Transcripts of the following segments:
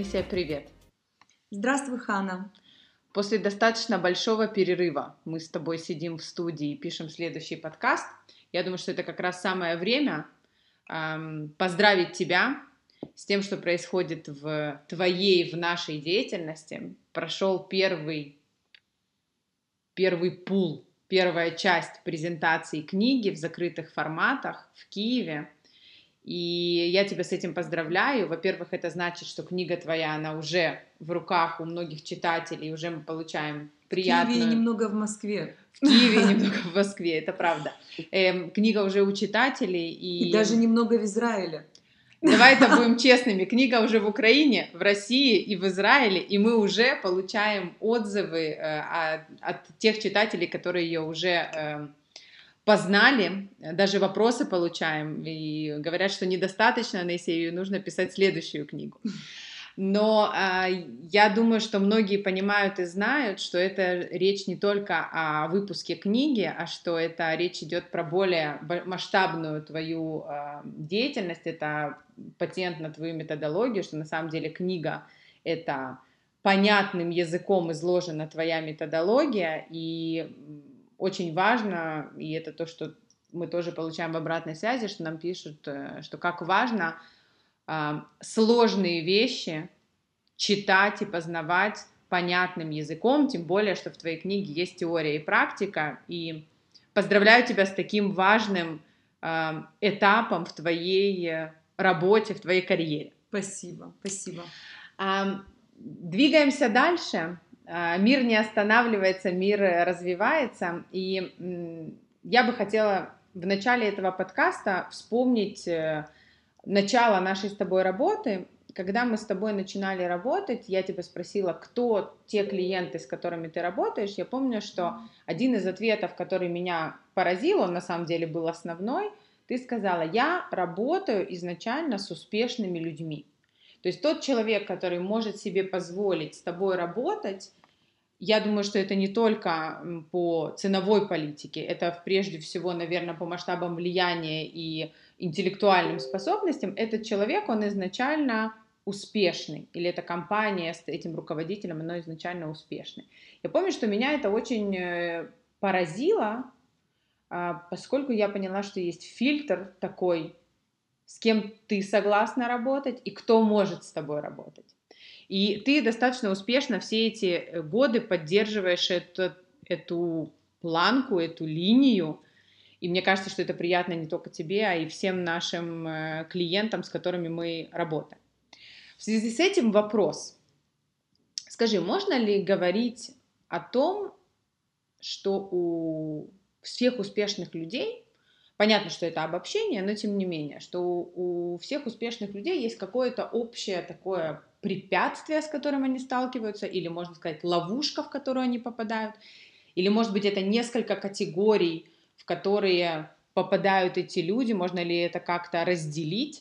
Таисия, привет! Здравствуй, Хана! После достаточно большого перерыва мы с тобой сидим в студии и пишем следующий подкаст. Я думаю, что это как раз самое время поздравить тебя с тем, что происходит в твоей, в нашей деятельности. Прошел первый пул, первая часть презентации книги в закрытых форматах в Киеве. И я тебя с этим поздравляю. Во-первых, это значит, что книга твоя, она уже в руках у многих читателей, уже мы получаем приятную... В Киеве и немного в Москве. В Киеве и немного в Москве, это правда. Книга уже у читателей. И даже немного в Израиле. Давай это будем честными. Книга уже в Украине, в России и в Израиле, и мы уже получаем отзывы от тех читателей, которые ее уже познали, даже вопросы получаем, и говорят, что недостаточно, на Таисия, нужно писать следующую книгу. Но я думаю, что многие понимают и знают, что это речь не только о выпуске книги, а что это речь идет про более масштабную твою деятельность, это патент на твою методологию, что на самом деле книга — это понятным языком изложена твоя методология, и очень важно, и это то, что мы тоже получаем в обратной связи, что нам пишут, что как важно сложные вещи читать и познавать понятным языком, тем более, что в твоей книге есть теория и практика, и поздравляю тебя с таким важным этапом в твоей работе, в твоей карьере. Спасибо, спасибо. Двигаемся дальше. Мир не останавливается, мир развивается, и я бы хотела в начале этого подкаста вспомнить начало нашей с тобой работы. Когда мы с тобой начинали работать, я тебя спросила, кто те клиенты, с которыми ты работаешь. Я помню, что один из ответов, который меня поразил, он на самом деле был основной, ты сказала: я работаю изначально с успешными людьми. То есть тот человек, который может себе позволить с тобой работать, я думаю, что это не только по ценовой политике, это прежде всего, наверное, по масштабам влияния и интеллектуальным способностям. Этот человек, он изначально успешный, или эта компания с этим руководителем, она изначально успешная. Я помню, что меня это очень поразило, поскольку я поняла, что есть фильтр такой, с кем ты согласна работать и кто может с тобой работать. И ты достаточно успешно все эти годы поддерживаешь эту планку, эту линию. И мне кажется, что это приятно не только тебе, а и всем нашим клиентам, с которыми мы работаем. В связи с этим вопрос. Скажи, можно ли говорить о том, что у всех успешных людей, понятно, что это обобщение, но тем не менее, что у всех успешных людей есть какое-то общее такое препятствие, с которым они сталкиваются, или, можно сказать, ловушка, в которую они попадают, или, может быть, это несколько категорий, в которые попадают эти люди, можно ли это как-то разделить?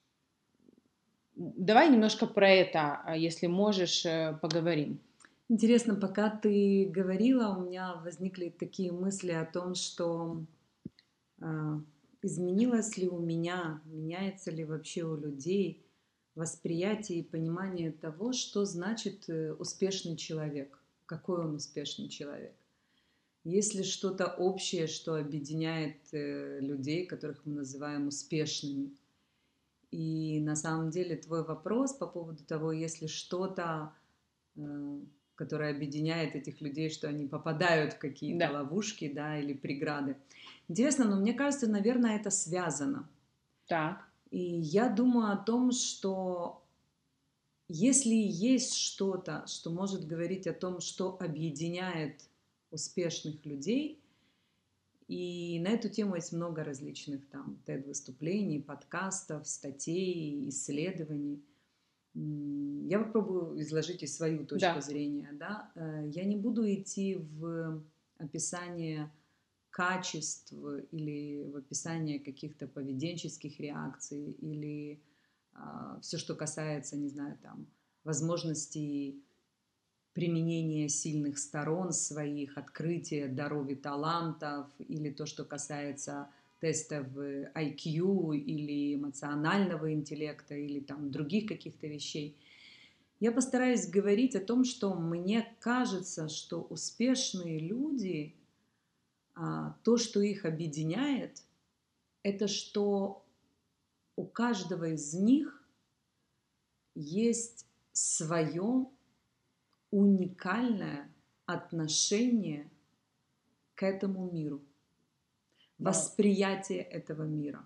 Давай немножко про это, если можешь, поговорим. Интересно, пока ты говорила, у меня возникли такие мысли о том, что изменилось ли у меня, меняется ли вообще у людей восприятие и понимание того, что значит успешный человек, какой он успешный человек. Есть ли что-то общее, что объединяет людей, которых мы называем успешными? И на самом деле твой вопрос по поводу того, есть ли что-то, которое объединяет этих людей, что они попадают в какие-то ловушки, да, или преграды. Интересно, но мне кажется, наверное, это связано. Так. И я думаю о том, что если есть что-то, что может говорить о том, что объединяет успешных людей, и на эту тему есть много различных там TED-выступлений, подкастов, статей, исследований. Я попробую изложить и свою точку зрения. Да? Я не буду идти в описание качеств или в описание каких-то поведенческих реакций или все, что касается, не знаю, там, возможностей применения сильных сторон своих, открытия даров и талантов, или то, что касается тестов IQ или эмоционального интеллекта, или там других каких-то вещей. Я постараюсь говорить о том, что мне кажется, что успешные люди, то, что их объединяет, это что у каждого из них есть свое уникальное отношение к этому миру, Вау. восприятие этого мира.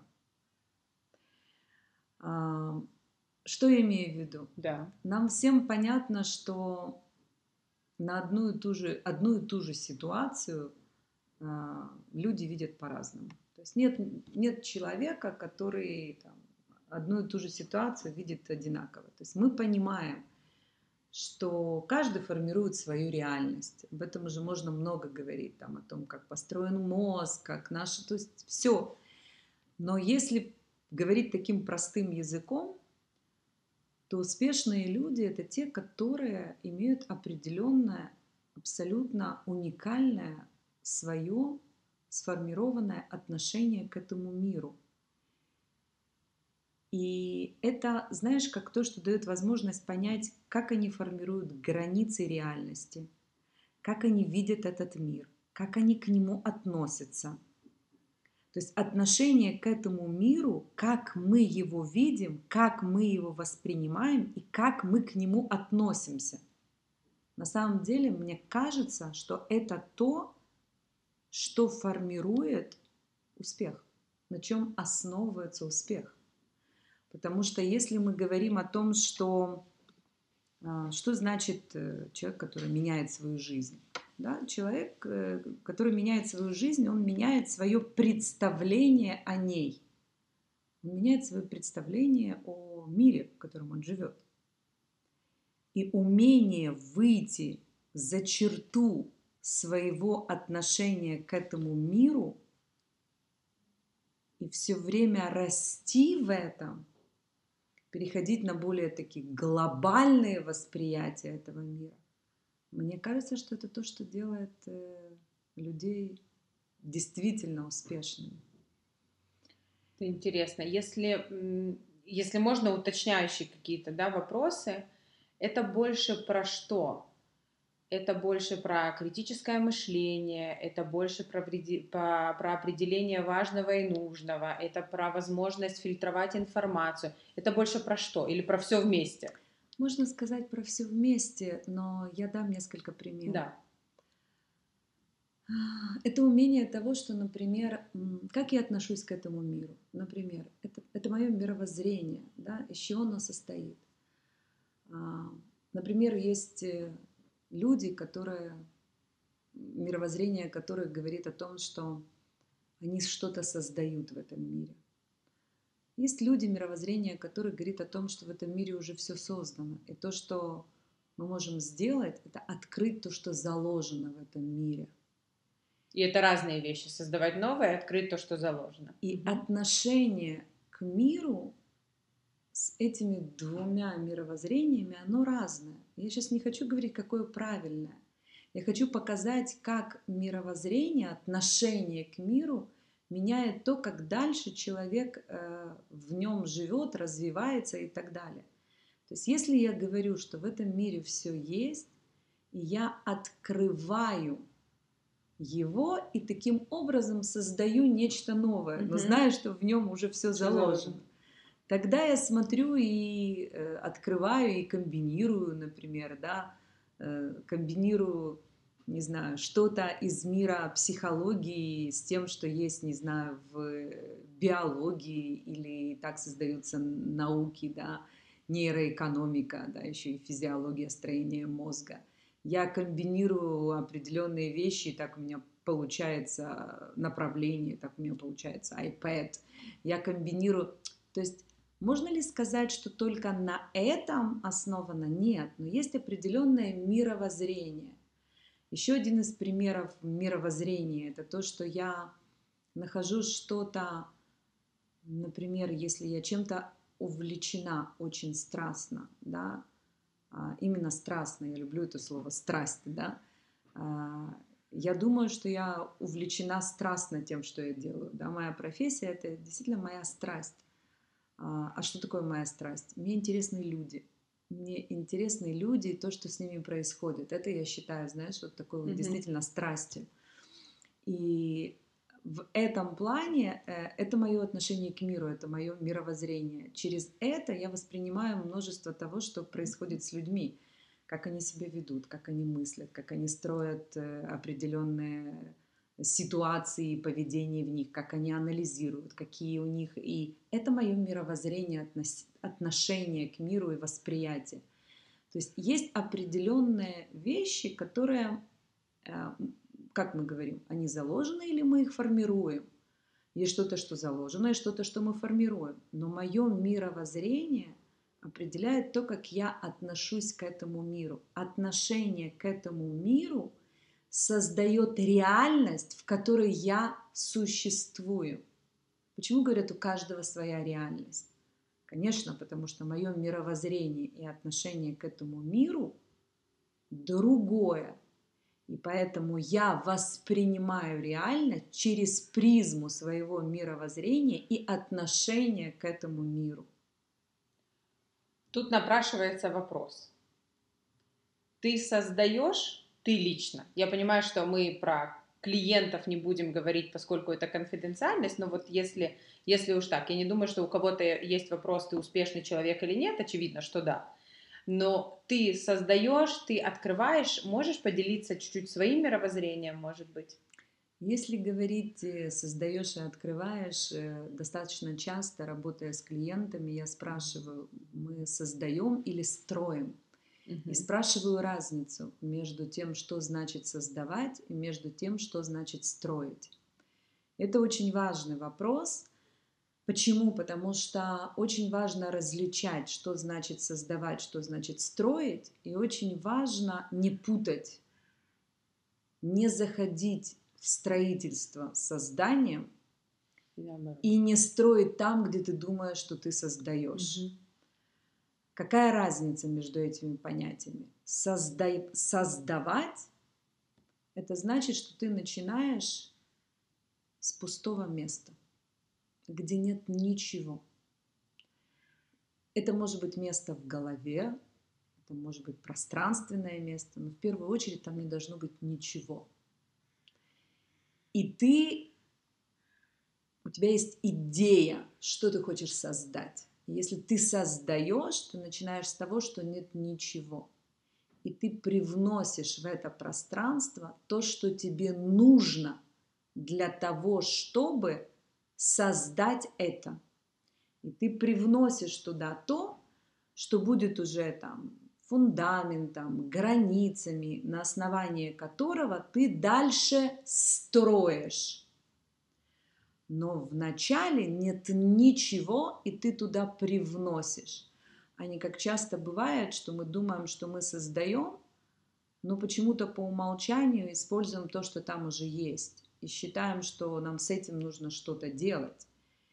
Что я имею в виду? Да. Нам всем понятно, что на одну и ту же ситуацию люди видят по-разному. То есть нет человека, который там, одну и ту же ситуацию видит одинаково. То есть мы понимаем, что каждый формирует свою реальность. Об этом уже можно много говорить, там, о том, как построен мозг, как наши, то есть все. Но если говорить таким простым языком, то успешные люди – это те, которые имеют определенное, абсолютно уникальное свое сформированное отношение к этому миру. И это, знаешь, как то, что дает возможность понять, как они формируют границы реальности, как они видят этот мир, как они к нему относятся. То есть отношение к этому миру, как мы его видим, как мы его воспринимаем и как мы к нему относимся. На самом деле, мне кажется, что это то, что формирует успех, на чем основывается успех. Потому что если мы говорим о том, что значит человек, который меняет свою жизнь. Да? Человек, который меняет свою жизнь, он меняет свое представление о ней. Он меняет свое представление о мире, в котором он живет. И умение выйти за черту своего отношения к этому миру и все время расти в этом, переходить на более такие глобальные восприятия этого мира. Мне кажется, что это то, что делает людей действительно успешными. Это интересно. Если можно, уточняющие какие-то, да, вопросы, это больше про что? Это больше про критическое мышление, это больше про определение важного и нужного, это про возможность фильтровать информацию. Это больше про что? Или про все вместе? Можно сказать про все вместе, но я дам несколько примеров. Да. Это умение того, что, например, как я отношусь к этому миру. Например, это мое мировоззрение, да, из чего оно состоит. Например, есть люди, мировоззрение которых говорит о том, что они что-то создают в этом мире. Есть люди, мировоззрение которых говорит о том, что в этом мире уже все создано. И то, что мы можем сделать, это открыть то, что заложено в этом мире. И это разные вещи. Создавать новое и открыть то, что заложено. И отношение к миру с этими двумя мировоззрениями, оно разное. Я сейчас не хочу говорить, какое правильное. Я хочу показать, как мировоззрение, отношение к миру меняет то, как дальше человек в нем живет, развивается и так далее. То есть если я говорю, что в этом мире все есть, и я открываю его и таким образом создаю нечто новое, но знаю, что в нем уже все заложено. Тогда я смотрю и открываю и комбинирую, например, да, комбинирую, не знаю, что-то из мира психологии с тем, что есть, не знаю, в биологии, или так создаются науки, да, нейроэкономика, да, еще и физиология строения мозга. Я комбинирую определенные вещи, так у меня получается направление, так у меня получается iPad. Я комбинирую, то есть можно ли сказать, что только на этом основано? Нет, но есть определенное мировоззрение. Еще один из примеров мировоззрения – это то, что я нахожу что-то, например, если я чем-то увлечена очень страстно, да, именно страстно, я люблю это слово страсть, да, я думаю, что я увлечена страстно тем, что я делаю, да, моя профессия – это действительно моя страсть. А что такое моя страсть? Мне интересны люди. мне интересны люди и то, что с ними происходит. Это я считаю, знаешь, вот такой вот действительно страстью. И в этом плане это мое отношение к миру, это мое мировоззрение. Через это я воспринимаю множество того, что происходит с людьми, как они себя ведут, как они мыслят, как они строят определенные ситуации и поведение в них, как они анализируют, какие у них. И это мое мировоззрение, отношение к миру и восприятие. То есть определенные вещи, которые, как мы говорим, они заложены или мы их формируем. Есть что-то, что заложено, и что-то, что мы формируем. Но мое мировоззрение определяет то, как я отношусь к этому миру. Отношение к этому миру создает реальность, в которой я существую. Почему говорят, у каждого своя реальность? Конечно, потому что мое мировоззрение и отношение к этому миру другое. И поэтому я воспринимаю реальность через призму своего мировоззрения и отношения к этому миру. Тут напрашивается вопрос. Ты создаешь, ты лично. Я понимаю, что мы про клиентов не будем говорить, поскольку это конфиденциальность, но вот если уж так, я не думаю, что у кого-то есть вопрос, ты успешный человек или нет, очевидно, что да. Но ты создаешь, ты открываешь, можешь поделиться чуть-чуть своим мировоззрением, может быть? Если говорить создаешь и открываешь, достаточно часто, работая с клиентами, я спрашиваю, мы создаем или строим? И спрашиваю разницу между тем, что значит создавать, и между тем, что значит строить. Это очень важный вопрос. Почему? Потому что очень важно различать, что значит создавать, что значит строить. И очень важно не путать, не заходить в строительство с созданием и не строить там, где ты думаешь, что ты создаешь. Какая разница между этими понятиями? Создавать – это значит, что ты начинаешь с пустого места, где нет ничего. Это может быть место в голове, это может быть пространственное место, но в первую очередь там не должно быть ничего. И у тебя есть идея, что ты хочешь создать. И если ты создаешь, ты начинаешь с того, что нет ничего. И ты привносишь в это пространство то, что тебе нужно для того, чтобы создать это. И ты привносишь туда то, что будет уже там фундаментом, границами, на основании которого ты дальше строишь. Но вначале нет ничего, и ты туда привносишь. А не как часто бывает, что мы думаем, что мы создаем, но почему-то по умолчанию используем то, что там уже есть. И считаем, что нам с этим нужно что-то делать.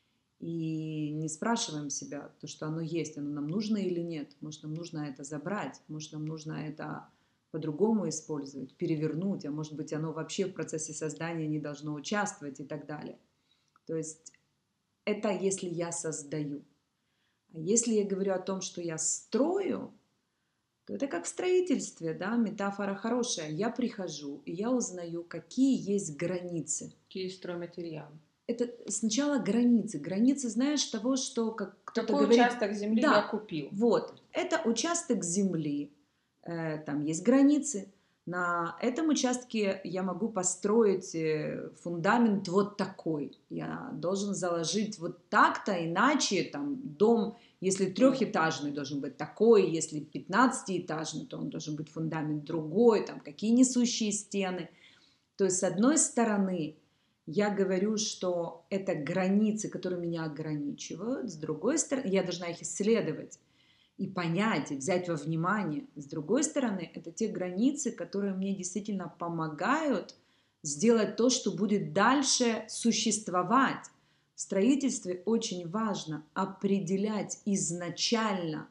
И не спрашиваем себя, то, что оно есть, оно нам нужно или нет. Может, нам нужно это забрать, может, нам нужно это по-другому использовать, перевернуть, а может быть, оно вообще в процессе создания не должно участвовать и так далее. То есть это если я создаю. А если я говорю о том, что я строю, то это как в строительстве, да, метафора хорошая. Я прихожу, и я узнаю, какие есть границы. Какие стройматериалы? Это сначала границы. Границы, знаешь, того, что как кто-то Какой говорит... участок земли да, я купил? Вот, это участок земли. Там есть границы. На этом участке я могу построить фундамент вот такой. Я должен заложить вот так-то, иначе там дом, если трехэтажный, должен быть такой, если 15-этажный, то он должен быть фундамент другой, там какие несущие стены. То есть, с одной стороны, я говорю, что это границы, которые меня ограничивают, с другой стороны, я должна их исследовать и понять, и взять во внимание. С другой стороны, это те границы, которые мне действительно помогают сделать то, что будет дальше существовать. В строительстве очень важно определять изначально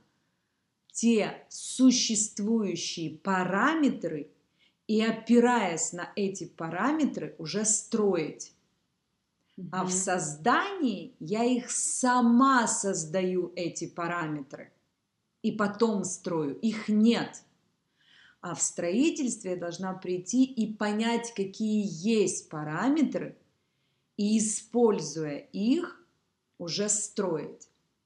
те существующие параметры и, опираясь на эти параметры, уже строить. А в создании я их сама создаю, эти параметры. и потом строю. Их нет. А в строительстве я должна прийти и понять, какие есть параметры, и, используя их, уже строить.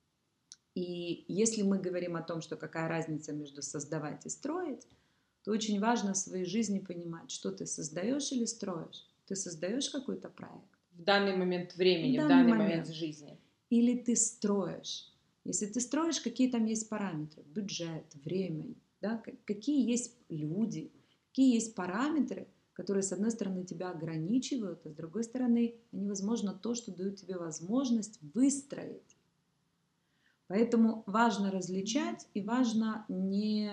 И если мы говорим о том, что какая разница между создавать и строить, то очень важно в своей жизни понимать, что ты создаешь или строишь. Ты создаешь какой-то проект В данный момент в времени, в данный данный момент момент, жизни. или ты строишь. Если ты строишь, какие там есть параметры, бюджет, время, да, какие есть люди, какие есть параметры, которые, с одной стороны, тебя ограничивают, а с другой стороны, они, возможно, то, что дают тебе возможность выстроить. Поэтому важно различать и важно не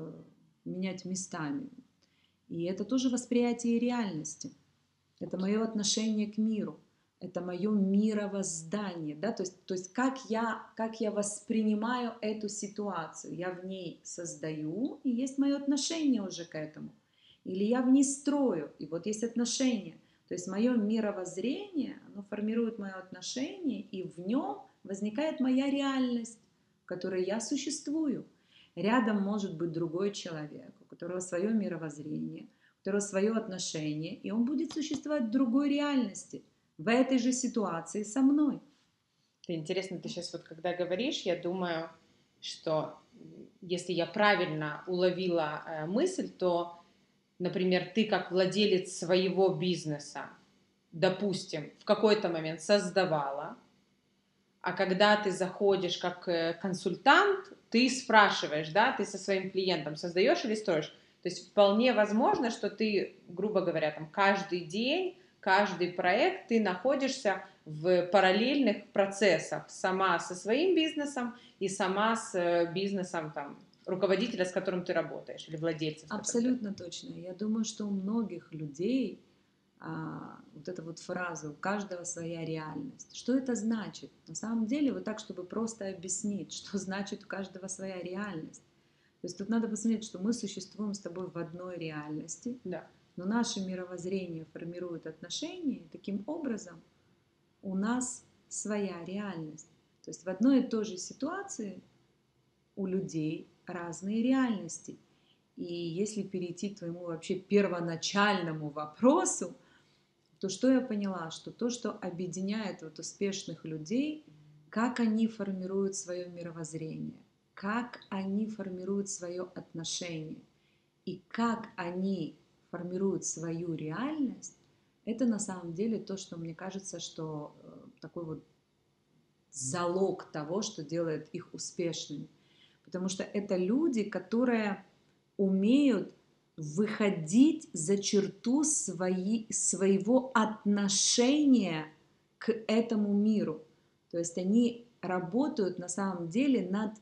менять местами. И это тоже восприятие реальности. Это мое отношение к миру. Это мое мировоздание. Да? То есть как я воспринимаю эту ситуацию. Я в ней создаю, и есть мое отношение уже к этому. Или я в ней строю, и вот есть отношение. То есть мое мировоззрение, оно формирует мое отношение, и в нем возникает моя реальность, в которой я существую. Рядом может быть другой человек, у которого свое мировоззрение, у которого свое отношение, и он будет существовать в другой реальности, в этой же ситуации со мной. Это интересно, ты сейчас вот когда говоришь, я думаю, что если я правильно уловила мысль, то, например, ты как владелец своего бизнеса, допустим, в какой-то момент создавала, а когда ты заходишь как консультант, ты спрашиваешь, да, ты со своим клиентом создаешь или строишь. То есть вполне возможно, что ты, грубо говоря, там каждый день, каждый проект ты находишься в параллельных процессах сама со своим бизнесом и сама с бизнесом там, руководителя, с которым ты работаешь, или владельца, с которым ты... Абсолютно точно. Я думаю, что у многих людей вот эта вот фраза «у каждого своя реальность». Что это значит? На самом деле, вот так, чтобы просто объяснить, что значит «у каждого своя реальность». То есть тут надо посмотреть, что мы существуем с тобой в одной реальности, Да. но наше мировоззрение формирует отношения, и таким образом у нас своя реальность. То есть в одной и той же ситуации у людей разные реальности. И если перейти к твоему вообще первоначальному вопросу, то что я поняла? Что то, что объединяет вот успешных людей, как они формируют свое мировоззрение, как они формируют свое отношение и как они формируют свою реальность, это на самом деле то, что мне кажется, что такой вот залог того, что делает их успешными. Потому что это люди, которые умеют выходить за черту своего отношения к этому миру. То есть они работают на самом деле над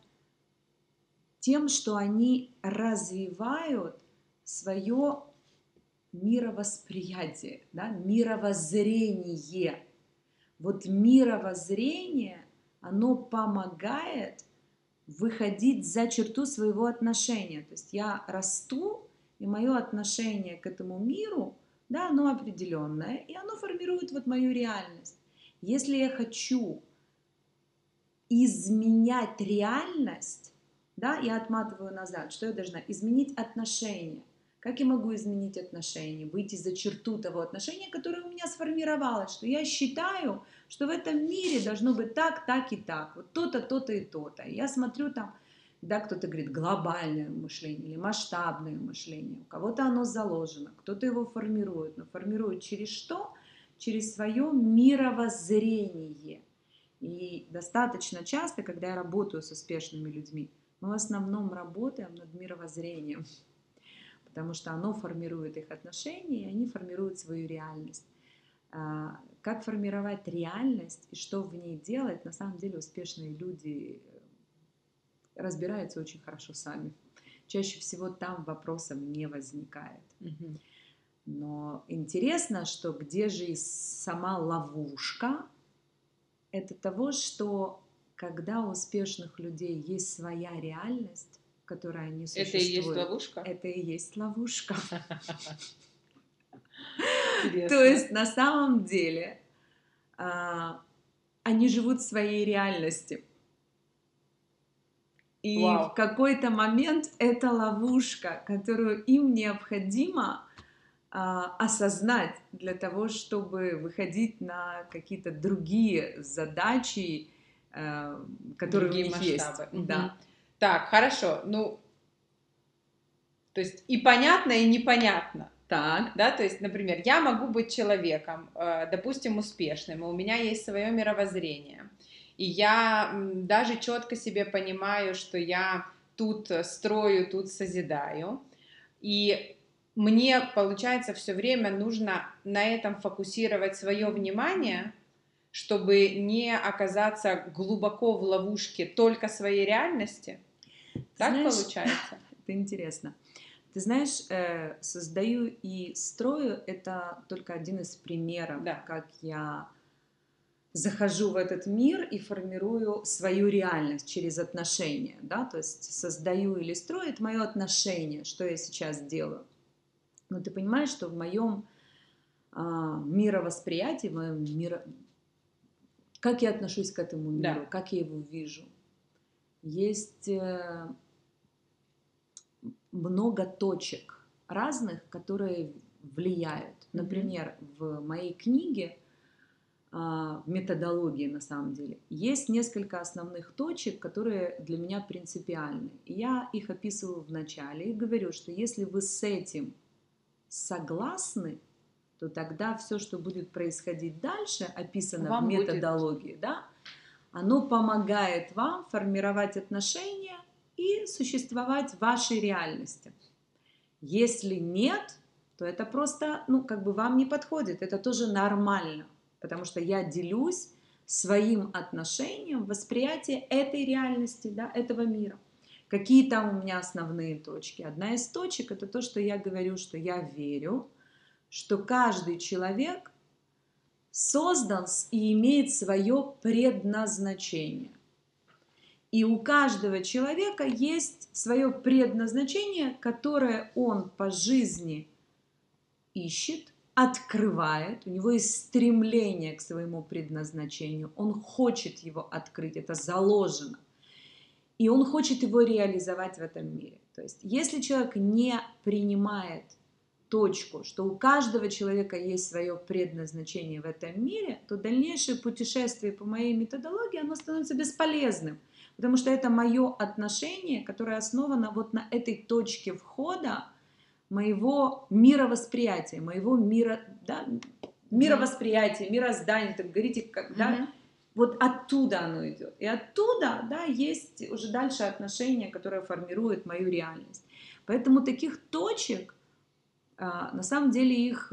тем, что они развивают свое мировосприятие, да, мировоззрение. Вот мировоззрение, оно помогает выходить за черту своего отношения. То есть я расту, и мое отношение к этому миру, да, оно определенное, и оно формирует вот мою реальность. Если я хочу изменять реальность, да, я отматываю назад, что я должна? Изменить отношения. Как я могу изменить отношения? Выйти за черту того отношения, которое у меня сформировалось, что я считаю, что в этом мире должно быть так, так и так, вот то-то, то-то и то-то. И я смотрю там, да, кто-то говорит глобальное мышление или масштабное мышление, у кого-то оно заложено, кто-то его формирует, но формирует через что? Через свое мировоззрение. И достаточно часто, когда я работаю с успешными людьми, мы в основном работаем над мировоззрением, потому что оно формирует их отношения, и они формируют свою реальность. Как формировать реальность и что в ней делать, на самом деле успешные люди разбираются очень хорошо сами. Чаще всего там вопросов не возникает. Но интересно, что где же и сама ловушка, это того, что когда у успешных людей есть своя реальность, в которой они существуют, это и есть ловушка? Это и есть ловушка. Интересно. То есть на самом деле они живут в своей реальности. И в Вау. какой-то момент это ловушка, которую им необходимо осознать для того, чтобы выходить на какие-то другие задачи, которые у Другие них есть. масштабы. Да. Так, хорошо. Ну, то есть и понятно, и непонятно. Так. Да, то есть, например, я могу быть человеком, допустим, успешным, и у меня есть свое мировоззрение. И я даже четко себе понимаю, что я тут строю, тут созидаю. И мне, получается, все время нужно на этом фокусировать свое внимание, чтобы не оказаться глубоко в ловушке только своей реальности. Так Знаешь, получается? это интересно. Ты знаешь, создаю и строю — это только один из примеров, Да. как я захожу в этот мир и формирую свою реальность через отношения, да, то есть создаю или строю — это мое отношение, что я сейчас делаю. Но ты понимаешь, что в моем мировосприятии, в моем как я отношусь к этому миру, Да. как я его вижу, есть много точек разных, которые влияют. Например, в моей книге, в методологии на самом деле, есть несколько основных точек, которые для меня принципиальны. И я их описываю в начале и говорю, что если вы с этим согласны, то тогда все, что будет происходить дальше, описано в методологии, да, оно помогает вам формировать отношения и существовать в вашей реальности. Если нет, то это просто, вам не подходит. Это тоже нормально, потому что я делюсь своим отношением, восприятием этой реальности, да, этого мира. Какие там у меня основные точки? Одна из точек — это то, что я говорю, что я верю, что каждый человек создан и имеет свое предназначение. И у каждого человека есть свое предназначение, которое он по жизни ищет, открывает. У него есть стремление к своему предназначению. Он хочет его открыть, это заложено. И он хочет его реализовать в этом мире. То есть, если человек не принимает точку, что у каждого человека есть свое предназначение в этом мире, то дальнейшее путешествие по моей методологии, оно становится бесполезным. Потому что это мое отношение, которое основано вот на этой точке входа моего мировосприятия, моего мировосприятия, мироздания, так говорите, когда вот оттуда оно идет. И оттуда, да, есть уже дальше отношения, которые формируют мою реальность. Поэтому таких точек, на самом деле,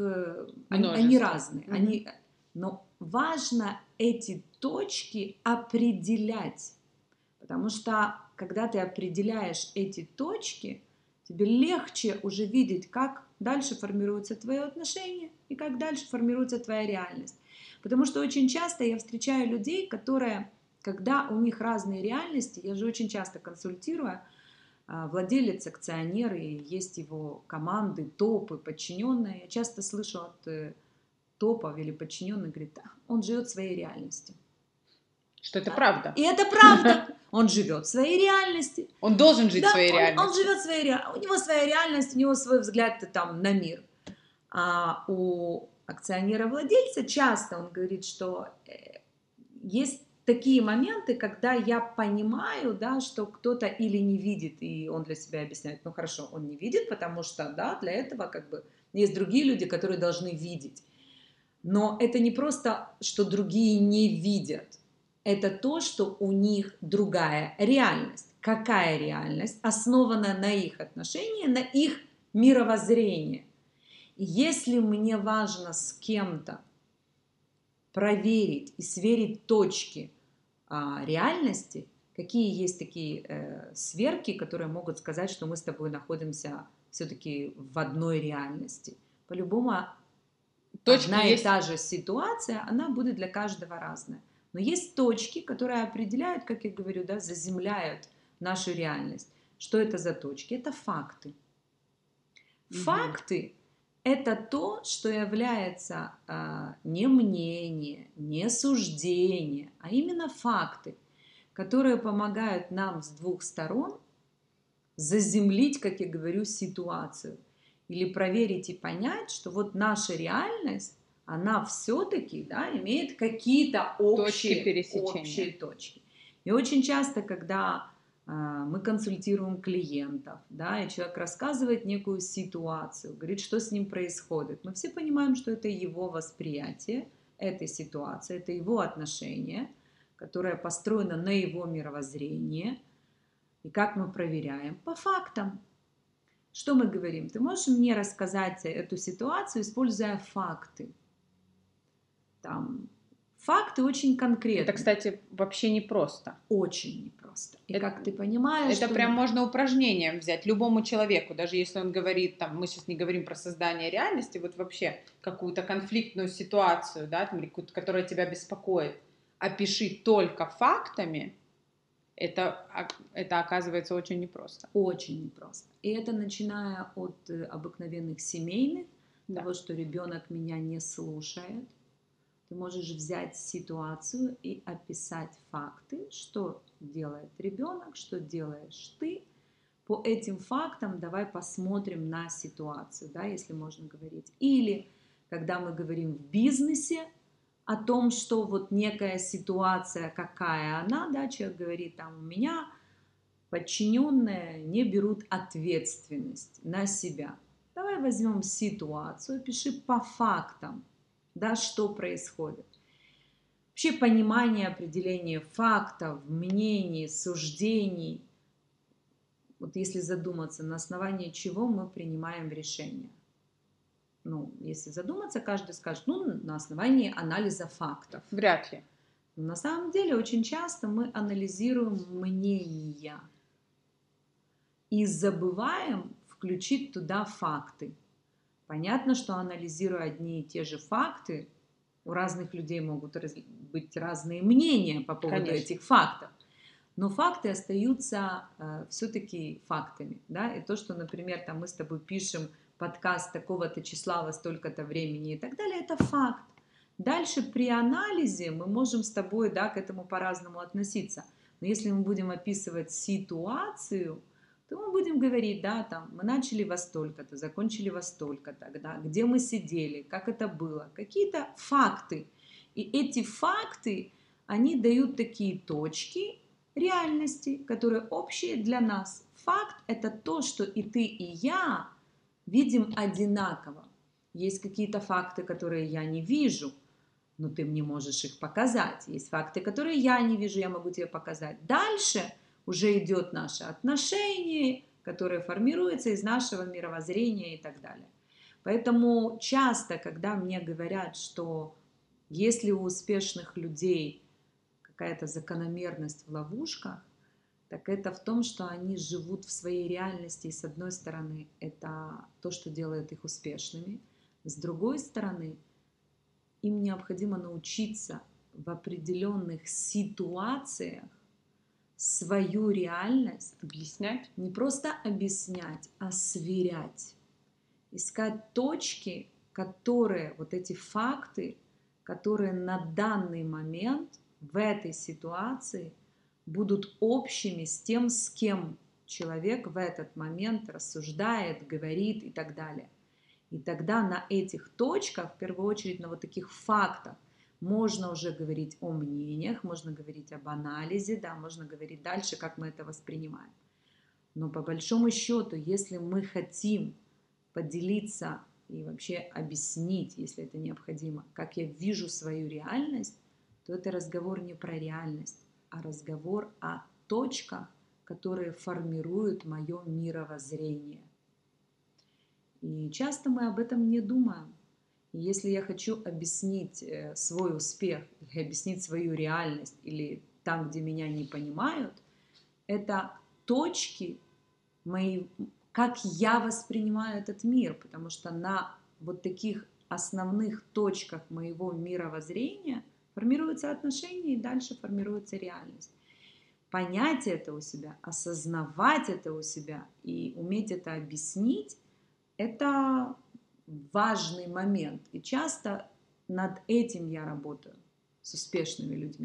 они разные. Но важно эти точки определять. Потому что, когда ты определяешь эти точки, тебе легче уже видеть, как дальше формируется твое отношение и как дальше формируется твоя реальность. Потому что очень часто я встречаю людей, которые, когда у них разные реальности, я же очень часто консультирую, владелец, акционер, и есть его команды, топы, подчиненные. Я часто слышу от топов или подчиненных, говорит, он живет в своей реальности. Что это правда. И это правда. Он живет в своей реальности. Он должен жить в своей реальности. Он живет в своей реальности. У него своя реальность, у него свой взгляд там на мир. А у акционера-владельца часто он говорит, что есть такие моменты, когда я понимаю, да, что кто-то или не видит, и он для себя объясняет, ну хорошо, он не видит, потому что, да, для этого есть другие люди, которые должны видеть. Но это не просто, что другие не видят. Это то, что у них другая реальность. Какая реальность? Основана на их отношении, на их мировоззрении. Если мне важно с кем-то проверить и сверить точки реальности, какие есть такие сверки, которые могут сказать, что мы с тобой находимся все-таки в одной реальности. По-любому одна и та же ситуация, она будет для каждого разная. Но есть точки, которые определяют, как я говорю, да, заземляют нашу реальность. Что это за точки? Это факты. Факты – это то, что является не мнение, не суждение, а именно факты. которые помогают нам с двух сторон заземлить, как я говорю, ситуацию. Или проверить и понять, что вот наша реальность, она все-таки, да, имеет какие-то общие точки. И очень часто, когда мы консультируем клиентов, да, и человек рассказывает некую ситуацию, говорит, что с ним происходит, мы все понимаем, что это его восприятие этой ситуации, это его отношение, которое построено на его мировоззрении. И как мы проверяем? По фактам. Что мы говорим? Ты можешь мне рассказать эту ситуацию, используя факты? Там, факты очень конкретные. Это, кстати, вообще непросто. Очень непросто. И как ты понимаешь... Это прям можно упражнением взять любому человеку, даже если он говорит, там, мы сейчас не говорим про создание реальности, вот вообще какую-то конфликтную ситуацию, да, там, которая тебя беспокоит, опиши только фактами, это оказывается очень непросто. Очень непросто. И это начиная от обыкновенных семейных, Да. того, что ребенок меня не слушает. Ты можешь взять ситуацию и описать факты, что делает ребенок, что делаешь ты. По этим фактам давай посмотрим на ситуацию, да, если можно говорить. Или когда мы говорим в бизнесе о том, что вот некая ситуация, какая она, да, человек говорит, там, у меня подчиненные не берут ответственность на себя. Давай возьмем ситуацию, пиши по фактам, да, что происходит. Вообще понимание, определение фактов, мнений, суждений. Вот если задуматься, на основании чего мы принимаем решения. Ну, если задуматься, каждый скажет, ну, на основании анализа фактов. Вряд ли. Но на самом деле очень часто мы анализируем мнения и забываем включить туда факты. Понятно, что анализируя одни и те же факты, у разных людей могут быть разные мнения по поводу этих фактов. Но факты остаются все-таки фактами. Да? И то, что, например, там мы с тобой пишем подкаст такого-то числа во столько-то времени и так далее, это факт. Дальше при анализе мы можем с тобой, да, к этому по-разному относиться. Но если мы будем описывать ситуацию, то мы будем говорить, да, там, мы начали во столько-то, закончили во столько-то, да, где мы сидели, как это было, какие-то факты. И эти факты, они дают такие точки реальности, которые общие для нас. Факт – это то, что и ты, и я видим одинаково. Есть какие-то факты, которые я не вижу, но ты мне можешь их показать. Есть факты, которые я не вижу, я могу тебе показать. Дальше уже идет наше отношение, которое формируется из нашего мировоззрения и так далее. Поэтому часто, когда мне говорят, что если у успешных людей какая-то закономерность в ловушках, так это в том, что они живут в своей реальности. И с одной стороны, это то, что делает их успешными. С другой стороны, им необходимо научиться в определенных ситуациях свою реальность объяснять, не просто объяснять, а сверять. Искать точки, которые, вот эти факты, которые на данный момент в этой ситуации будут общими с тем, с кем человек в этот момент рассуждает, говорит и так далее. И тогда на этих точках, в первую очередь на вот таких фактах, можно уже говорить о мнениях, можно говорить об анализе, да, можно говорить дальше, как мы это воспринимаем. Но по большому счету, если мы хотим поделиться и вообще объяснить, если это необходимо, как я вижу свою реальность, то это разговор не про реальность, а разговор о точках, которые формируют мое мировоззрение. И часто мы об этом не думаем. И если я хочу объяснить свой успех, или объяснить свою реальность, или там, где меня не понимают, это точки мои, как я воспринимаю этот мир, потому что на вот таких основных точках моего мировоззрения формируются отношения и дальше формируется реальность. Понять это у себя, осознавать это у себя и уметь это объяснить – это важный момент. И часто над этим я работаю с успешными людьми.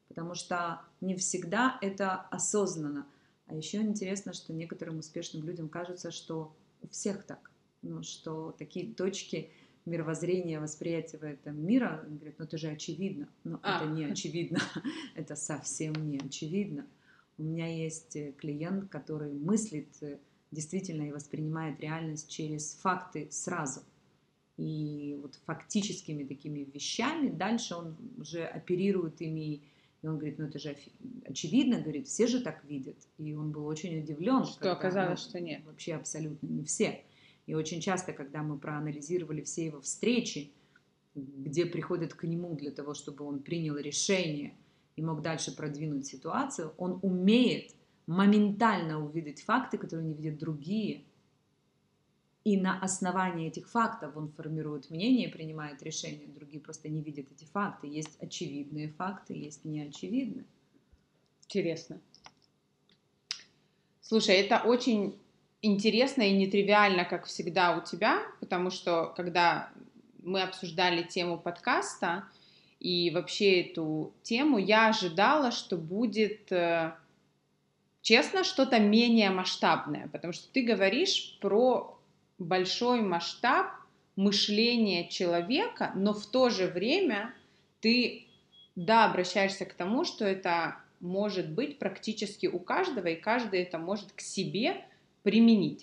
потому что не всегда это осознанно. А еще интересно, что некоторым успешным людям кажется, что у всех так, ну, что такие точки мировоззрения, восприятия в этом мира, говорят, ну это же очевидно, но это не очевидно, это совсем не очевидно. У меня есть клиент, который мыслит действительно и воспринимает реальность через факты сразу. И вот фактическими такими вещами дальше он уже оперирует ими. И он говорит, ну это же очевидно, говорит, все же так видят. И он был очень удивлен, что когда, оказалось, что нет. Вообще абсолютно не все. И очень часто, когда мы проанализировали все его встречи, где приходят к нему для того, чтобы он принял решение и мог дальше продвинуть ситуацию, он умеет моментально увидеть факты, которые не видят другие. И на основании этих фактов он формирует мнение и принимает решения. Другие просто не видят эти факты. Есть очевидные факты, есть неочевидные. Интересно. Слушай, это очень интересно и нетривиально, как всегда у тебя, потому что, когда мы обсуждали тему подкаста и вообще эту тему, я ожидала, что будет, честно, что-то менее масштабное, потому что ты говоришь про большой масштаб мышления человека, но в то же время ты, да, обращаешься к тому, что это может быть практически у каждого, и каждый это может к себе применить.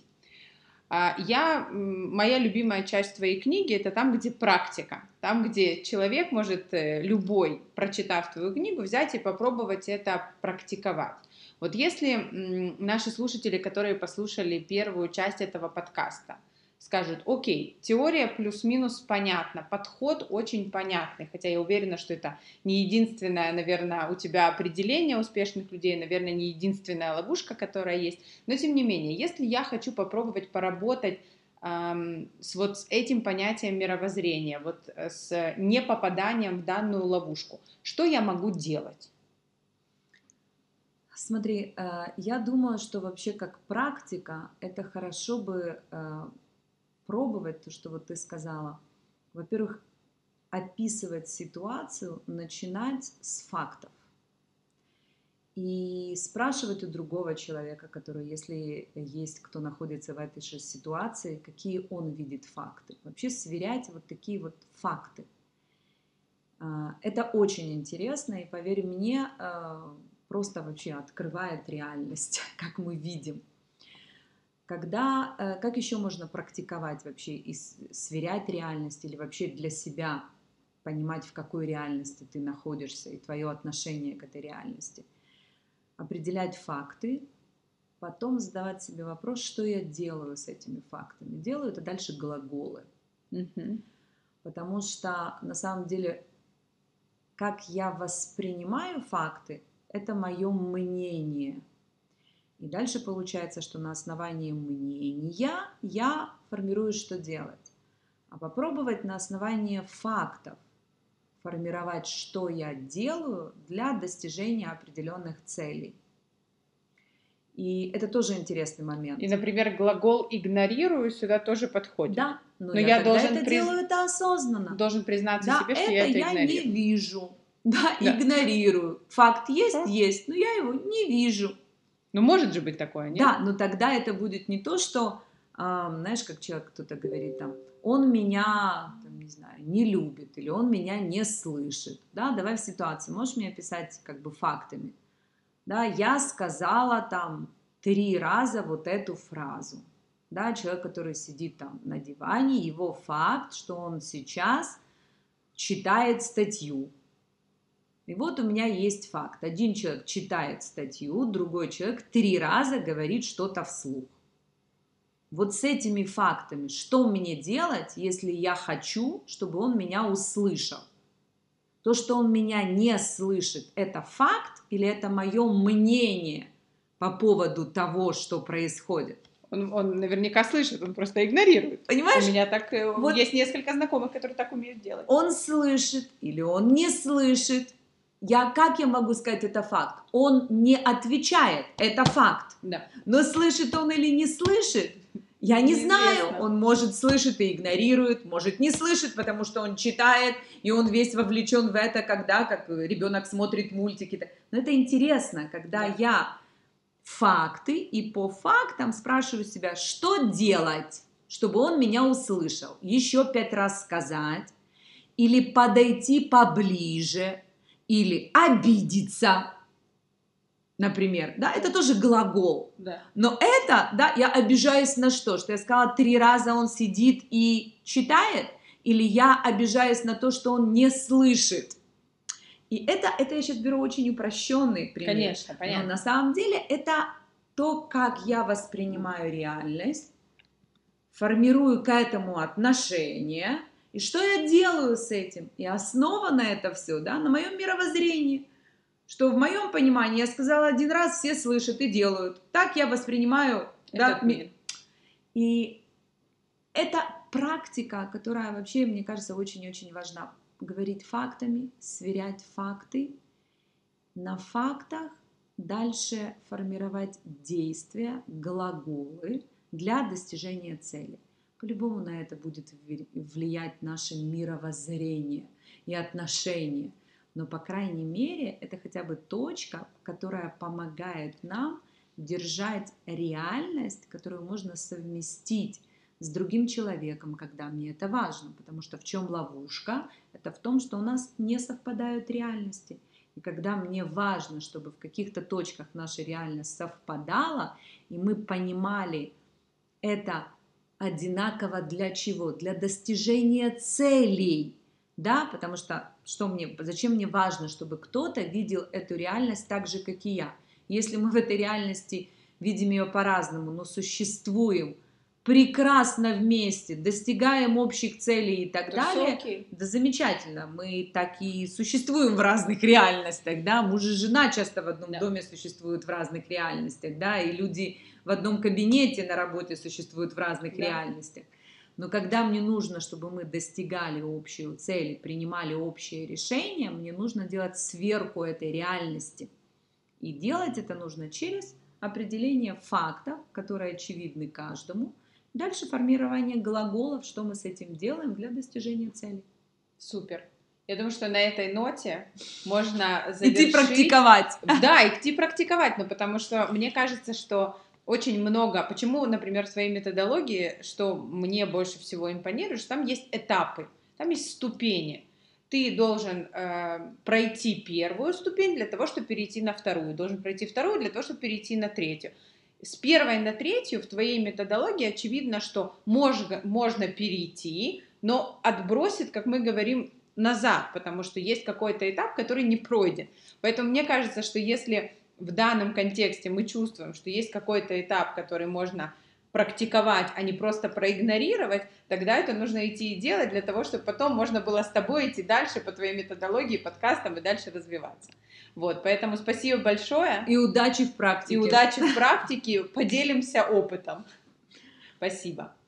Моя любимая часть твоей книги — это там, где практика, там, где человек может, любой, прочитав твою книгу, взять и попробовать это практиковать. Вот если наши слушатели, которые послушали первую часть этого подкаста, скажут, окей, теория плюс-минус понятна, подход очень понятный, хотя я уверена, что это не единственное, наверное, у тебя определение успешных людей, наверное, не единственная ловушка, которая есть, но тем не менее, если я хочу попробовать поработать вот с этим понятием мировоззрения, вот с непопаданием в данную ловушку, что я могу делать? Смотри, я думаю, что вообще как практика это хорошо бы пробовать то, что вот ты сказала. Во-первых, описывать ситуацию, начинать с фактов. И спрашивать у другого человека, который, если есть кто находится в этой же ситуации, какие он видит факты. Вообще сверять вот такие вот факты. Это очень интересно, и поверь мне, просто вообще открывает реальность, как мы видим. Как еще можно практиковать вообще и сверять реальность или вообще для себя понимать, в какой реальности ты находишься и твое отношение к этой реальности? Определять факты, потом задавать себе вопрос, что я делаю с этими фактами. Делаю это дальше глаголы. Потому что на самом деле, как я воспринимаю факты, это мое мнение. И дальше получается, что на основании мнения я формирую, что делать. А попробовать на основании фактов формировать, что я делаю для достижения определенных целей. И это тоже интересный момент. И, например, глагол «игнорирую» сюда тоже подходит. Да, но я должен делаю это осознанно. Должен признаться себе, что я это игнорирую. Я не вижу. Да, игнорирую. Факт есть, но я его не вижу. Ну, может же быть такое, нет? Да, но тогда это будет не то, что, знаешь, как человек, кто-то говорит там, он меня, там, не знаю, не любит, или он меня не слышит. Да, давай в ситуации, можешь мне описать как бы фактами. Да, я сказала там 3 раза вот эту фразу. Да, человек, который сидит там на диване, его факт, что он сейчас читает статью. И вот у меня есть факт. Один человек читает статью, другой человек 3 раза говорит что-то вслух. Вот с этими фактами, что мне делать, если я хочу, чтобы он меня услышал? То, что он меня не слышит, это факт или это мое мнение по поводу того, что происходит? Он наверняка слышит, он просто игнорирует. Понимаешь? У меня так есть несколько знакомых, которые так умеют делать. Он слышит или он не слышит. Как я могу сказать, это факт? Он не отвечает, это факт. Да. Но слышит он или не слышит, Я не знаю, Неизвестно. он может слышит и игнорирует, может не слышит, потому что он читает, и он весь вовлечен в это, когда как ребенок смотрит мультики. Но это интересно, когда я факты и по фактам спрашиваю себя, что делать, чтобы он меня услышал. Еще 5 раз сказать, или подойти поближе, или обидеться. Например, да, это тоже глагол. Да. Но это, да, я обижаюсь на что? Что я сказала 3 раза он сидит и читает? Или я обижаюсь на то, что он не слышит? И это я сейчас беру очень упрощенный пример. Конечно, понятно. Но на самом деле это то, как я воспринимаю реальность, формирую к этому отношение, и что я делаю с этим. И основано это все, да, на моем мировоззрении. Что в моем понимании я сказала 1 раз, все слышат и делают. Так я воспринимаю этот мир. И это практика, которая вообще, мне кажется, очень-очень важна. Говорить фактами, сверять факты, на фактах дальше формировать действия, глаголы для достижения цели. По-любому на это будет влиять наше мировоззрение и отношение. Но, по крайней мере, это хотя бы точка, которая помогает нам держать реальность, которую можно совместить с другим человеком, когда мне это важно. Потому что в чем ловушка? Это в том, что у нас не совпадают реальности. И когда мне важно, чтобы в каких-то точках наша реальность совпадала, и мы понимали это одинаково для чего? Для достижения целей. Да, потому что зачем мне важно, чтобы кто-то видел эту реальность так же, как и я. Если мы в этой реальности видим ее по-разному, но существуем прекрасно вместе, достигаем общих целей и так далее, да замечательно, мы так и существуем в разных реальностях, да, муж и жена часто в одном доме существуют в разных реальностях, да, и люди в одном кабинете на работе существуют в разных реальностях. Но когда мне нужно, чтобы мы достигали общую цель, принимали общие решения, мне нужно делать сверку этой реальности. И делать это нужно через определение фактов, которые очевидны каждому. Дальше формирование глаголов, что мы с этим делаем для достижения цели. Супер. Я думаю, что на этой ноте можно завершить. Идти практиковать. Да, идти практиковать, потому что мне кажется, что очень много, почему, например, в своей методологии, что мне больше всего импонирует, что там есть этапы, там есть ступени. Ты должен пройти первую ступень для того, чтобы перейти на вторую, должен пройти вторую для того, чтобы перейти на третью. С первой на третью в твоей методологии очевидно, что можно перейти, но отбросит, как мы говорим, назад, потому что есть какой-то этап, который не пройден. Поэтому мне кажется, что если в данном контексте мы чувствуем, что есть какой-то этап, который можно практиковать, а не просто проигнорировать, тогда это нужно идти и делать для того, чтобы потом можно было с тобой идти дальше по твоей методологии, подкастам и дальше развиваться. Вот, поэтому спасибо большое. И удачи в практике. И удачи в практике. Поделимся опытом. Спасибо.